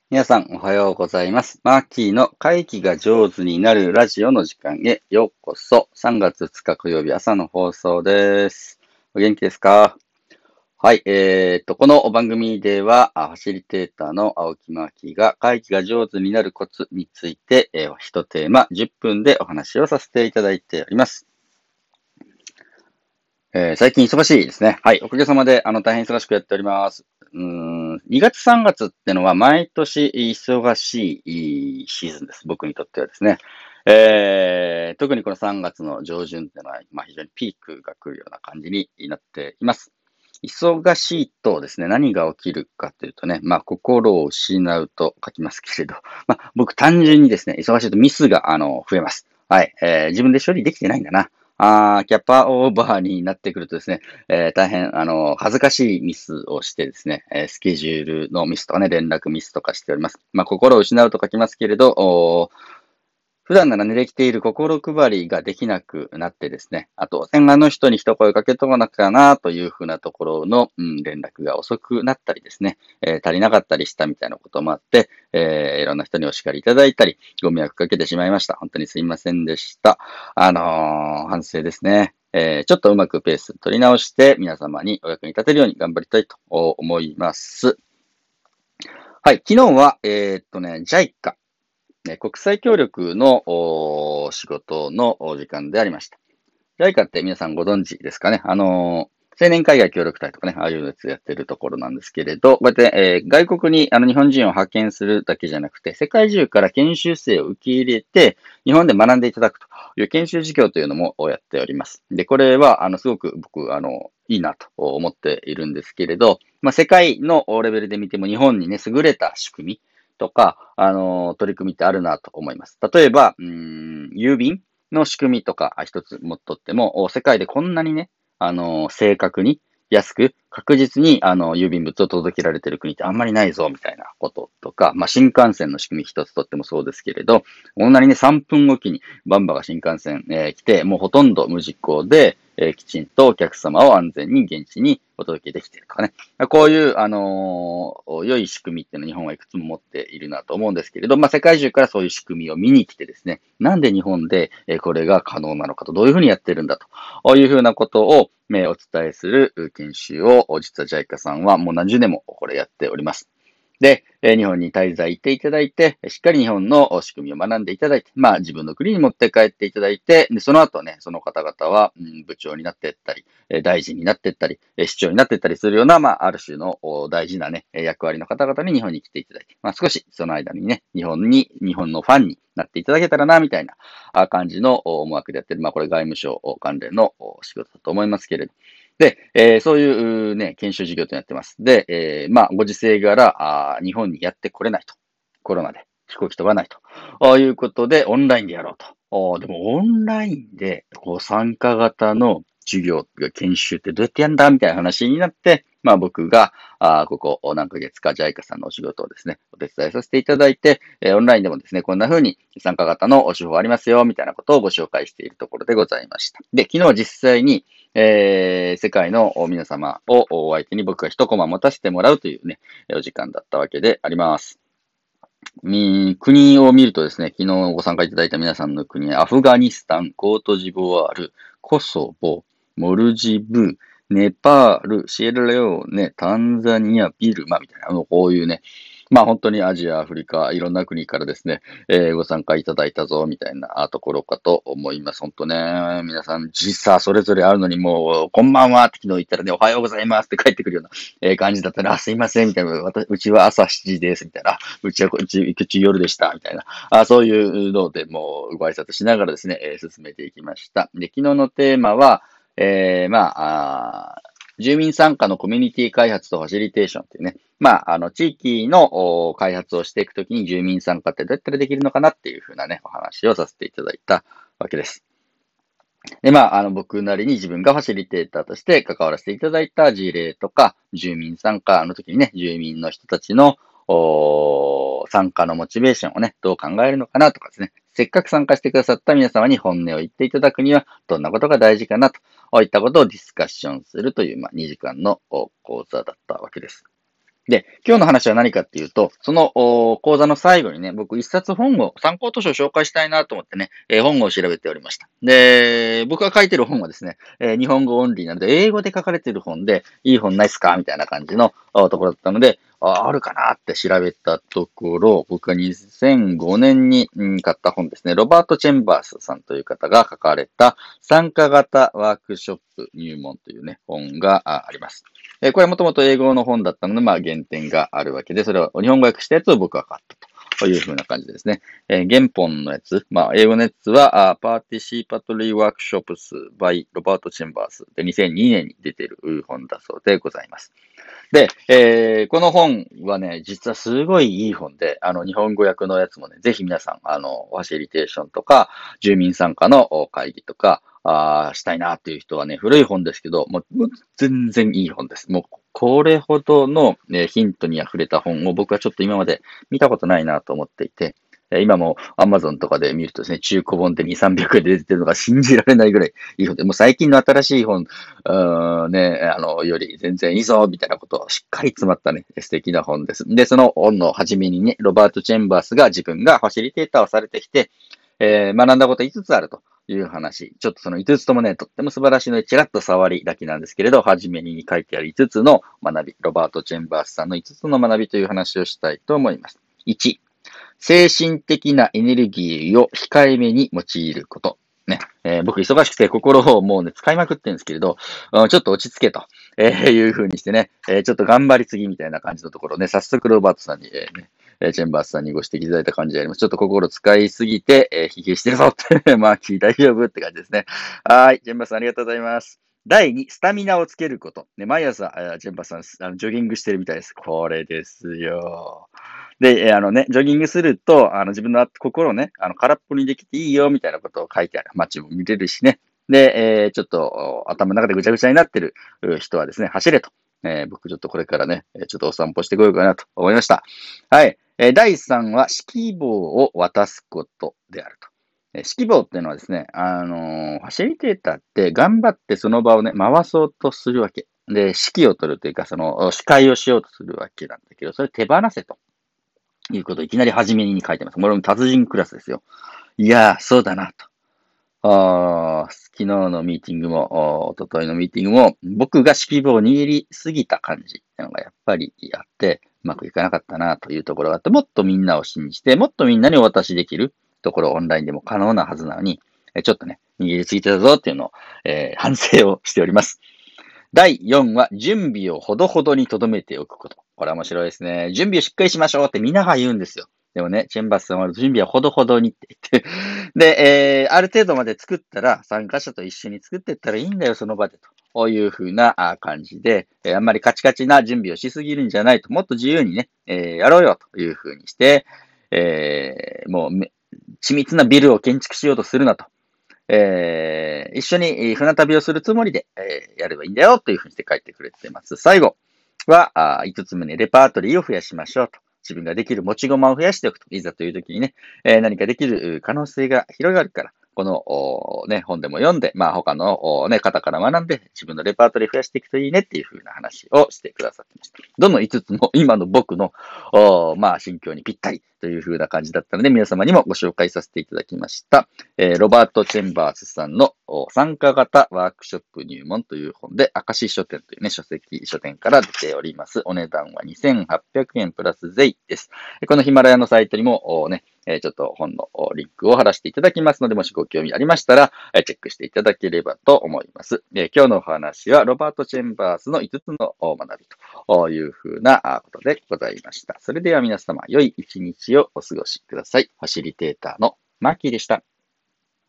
皆さんおはようございます。マーキーの会議が上手になるラジオの時間へようこそ。3月2日火曜日朝の放送です。お元気ですか？はい。この番組では、ファシリテーターの青木マーキーが会議が上手になるコツについて、1テーマ10分でお話をさせていただいております。最近忙しいですね。はい。おかげさまで、大変忙しくやっております。2月3月ってのは毎年忙しいシーズンです。僕にとってはですね。特にこの3月の上旬ってのは、非常にピークが来るような感じになっています。忙しいとですね、何が起きるかというとね、心を失うと書きますけれど、僕単純にですね、忙しいとミスが、増えます。はい。自分で処理できてないんだな。キャパオーバーになってくるとですね、大変、恥ずかしいミスをしてですね、スケジュールのミスとかね、連絡ミスとかしております。心を失うと書きますけれど、普段ならね、できている心配りができなくなってですね、あと、洗顔の人に一声かけとかなきゃなというふうなところの、連絡が遅くなったりですね、足りなかったりしたみたいなこともあって、いろんな人にお叱りいただいたり、ご迷惑かけてしまいました。本当にすいませんでした。反省ですね。ちょっとうまくペース取り直して、皆様にお役に立てるように頑張りたいと思います。はい、昨日は、JICA、国際協力の仕事の時間でありました。JICA って皆さんご存知ですかね？青年海外協力隊とかね、ああいうやつやってるところなんですけれど、こうやって、外国に日本人を派遣するだけじゃなくて、世界中から研修生を受け入れて、日本で学んでいただくという研修事業というのもやっております。で、これは、すごく僕、いいなと思っているんですけれど、世界のレベルで見ても日本にね、優れた仕組みとか、取り組みってあるなと思います。例えば、郵便の仕組みとか一つ持っとっても、世界でこんなにね、正確に、安く、確実に、郵便物を届けられている国ってあんまりないぞ、みたいなこととか、新幹線の仕組み一つとってもそうですけれど、こんなにね、3分おきにバンバが新幹線、来て、もうほとんど無事故で、きちんとお客様を安全に現地にお届けできているとかね。こういう、良い仕組みっていうのを日本はいくつも持っているなと思うんですけれど、世界中からそういう仕組みを見に来てですね、なんで日本でこれが可能なのかと、どういうふうにやってるんだというふうなことをお伝えする研修を、実は JICA さんはもう何十年もこれやっております。で、日本に滞在していただいて、しっかり日本の仕組みを学んでいただいて、自分の国に持って帰っていただいて、でその後ね、その方々は、部長になっていったり、大臣になっていったり、市長になっていったりするような、ある種の大事なね、役割の方々に日本に来ていただいて、少しその間にね、日本のファンになっていただけたらな、みたいな感じの思惑でやってる。これ外務省関連の仕事だと思いますけれど。で、そういうね、研修事業となってます。で、ご時世柄、日本にやってこれないと。コロナで飛行機飛ばないということで、オンラインでやろうと。でも、オンラインでこう参加型の授業が研修ってどうやってやるんだみたいな話になって、僕が、ここ何ヶ月か JICA さんのお仕事をですね、お手伝いさせていただいて、オンラインでもですね、こんな風に参加型の手法ありますよ、みたいなことをご紹介しているところでございました。で、昨日は実際に、世界の皆様をお相手に僕が一コマ持たせてもらうというね、お時間だったわけであります。国を見るとですね、昨日ご参加いただいた皆さんの国、アフガニスタン、コートジボワール、コソボ、モルジブ、ネパール、シエラレオーネ、タンザニア、ビルマみたいな、こういうね、本当にアジア、アフリカ、いろんな国からですね、ご参加いただいたぞ、みたいなところかと思います。本当ね、皆さん時差それぞれあるのにもう、こんばんはって昨日言ったらね、おはようございますって帰ってくるような、感じだったら、すいません、みたいな、うちは朝7時です、みたいな、うち夜でした、みたいな、そういうのでもうご挨拶しながらですね、進めていきました。で、昨日のテーマは、住民参加のコミュニティ開発とファシリテーションっていうね、地域の開発をしていくときに住民参加ってどうやったらできるのかなっていうふうなね、お話をさせていただいたわけです。で、僕なりに自分がファシリテーターとして関わらせていただいた事例とか、住民参加の時にね、住民の人たちの参加のモチベーションをね、どう考えるのかなとかですね、せっかく参加してくださった皆様に本音を言っていただくには、どんなことが大事かなといったことをディスカッションするという、2時間の講座だったわけです。 で、今日の話は何かっていうと、その講座の最後にね、僕一冊本を、参考図書を紹介したいなと思ってね、本を調べておりました。で、僕が書いてる本はですね、日本語オンリーなので、英語で書かれてる本で、いい本ないっすかみたいな感じのところだったので、あるかなって調べたところ、僕が2005年に、買った本ですね。ロバート・チェンバースさんという方が書かれた参加型ワークショップ入門というね、本があります。これはもともと英語の本だったので、原点があるわけで、それを日本語訳したやつを僕は買ったというふうな感じですね。原本のやつ、英語のやつは、Participatory Workshops by ロバート・チェンバースで2002年に出ている本だそうでございます。で、この本はね、実はすごいいい本で、日本語訳のやつもね、ぜひ皆さん、ファシリテーションとか、住民参加の会議とか、したいなっていう人はね、古い本ですけど、もう全然いい本です。もう、これほどの、ヒントに溢れた本を僕はちょっと今まで見たことないなと思っていて、今も Amazon とかで見るとですね、中古本で2、300円で出てるのが信じられないぐらいいい本で、もう最近の新しい本、より全然いいぞ、みたいなことをしっかり詰まったね、素敵な本です。で、その本の初めにね、ロバート・チェンバースが自分がファシリテーターをされてきて、学んだこと5つあるという話。ちょっとその5つともね、とっても素晴らしいので、ちらっと触りだけなんですけれど、初めに書いてある5つの学び、ロバート・チェンバースさんの5つの学びという話をしたいと思います。1、精神的なエネルギーを控えめに用いること。ね、僕忙しくて心をもうね、使いまくってるんですけれど、ちょっと落ち着けと、いう風にしてね、ちょっと頑張りすぎみたいな感じのところね、早速ロバートさんに、チェンバースさんにご指摘いただいた感じであります。ちょっと心使いすぎて、疲弊してるぞって、マーキー大丈夫って感じですね。はい、チェンバースさんありがとうございます。第2、スタミナをつけること。ね、毎朝、チェンバースさん、ジョギングしてるみたいです。これですよ。で、ジョギングすると、自分の心をね、空っぽにできていいよ、みたいなことを書いてある。街も見れるしね。で、ちょっと、頭の中でぐちゃぐちゃになってる人はですね、走れと。僕ちょっとこれからね、ちょっとお散歩してこようかなと思いました。はい。第3は、指揮棒を渡すことであると。指揮棒っていうのはですね、ファシリテーターって頑張ってその場をね、回そうとするわけ。で、指揮を取るというか、その、司会をしようとするわけなんだけど、それ手放せと。いうことをいきなり初めに書いてます。これも達人クラスですよ。いやー、そうだなと。昨日のミーティングも、一昨日のミーティングも、僕が指揮棒を握りすぎた感じっていうのがやっぱりあって、うまくいかなかったなというところがあって、もっとみんなを信じて、もっとみんなにお渡しできるところ、オンラインでも可能なはずなのに、ちょっとね、握りすぎてたぞっていうのを、反省をしております。第4は、準備をほどほどに留めておくこと。これは面白いですね。準備をしっかりしましょうってみんなが言うんですよ。でもね、チェンバスさんは準備はほどほどにって言ってで、ある程度まで作ったら、参加者と一緒に作っていったらいいんだよ、その場でと。こういう風な感じで、あんまりカチカチな準備をしすぎるんじゃないと、もっと自由にね、やろうよという風にして、もう緻密なビルを建築しようとするなと。一緒に船旅をするつもりで、やればいいんだよというふうにして書いてくれてます。最後は、5つ目ね、レパートリーを増やしましょうと。自分ができる持ち駒を増やしておくと。いざという時にね、何かできる可能性が広がるから、この、ね、本でも読んで、他の、ね、方から学んで、自分のレパートリー増やしていくといいねっていう風な話をしてくださってました。どの5つも今の僕の、心境にぴったりという風な感じだったので、皆様にもご紹介させていただきました。ロバート・チェンバースさんの参加型ワークショップ入門という本で、明石書店というね、書店から出ております。お値段は2800円プラス税です。このヒマラヤのサイトにもね、ちょっと本のリンクを貼らせていただきますので、もしご興味ありましたら、チェックしていただければと思います。今日のお話は、ロバート・チェンバースの5つの学びというふうなことでございました。それでは皆様、良い一日をお過ごしください。ファシリテーターのマーキーでした。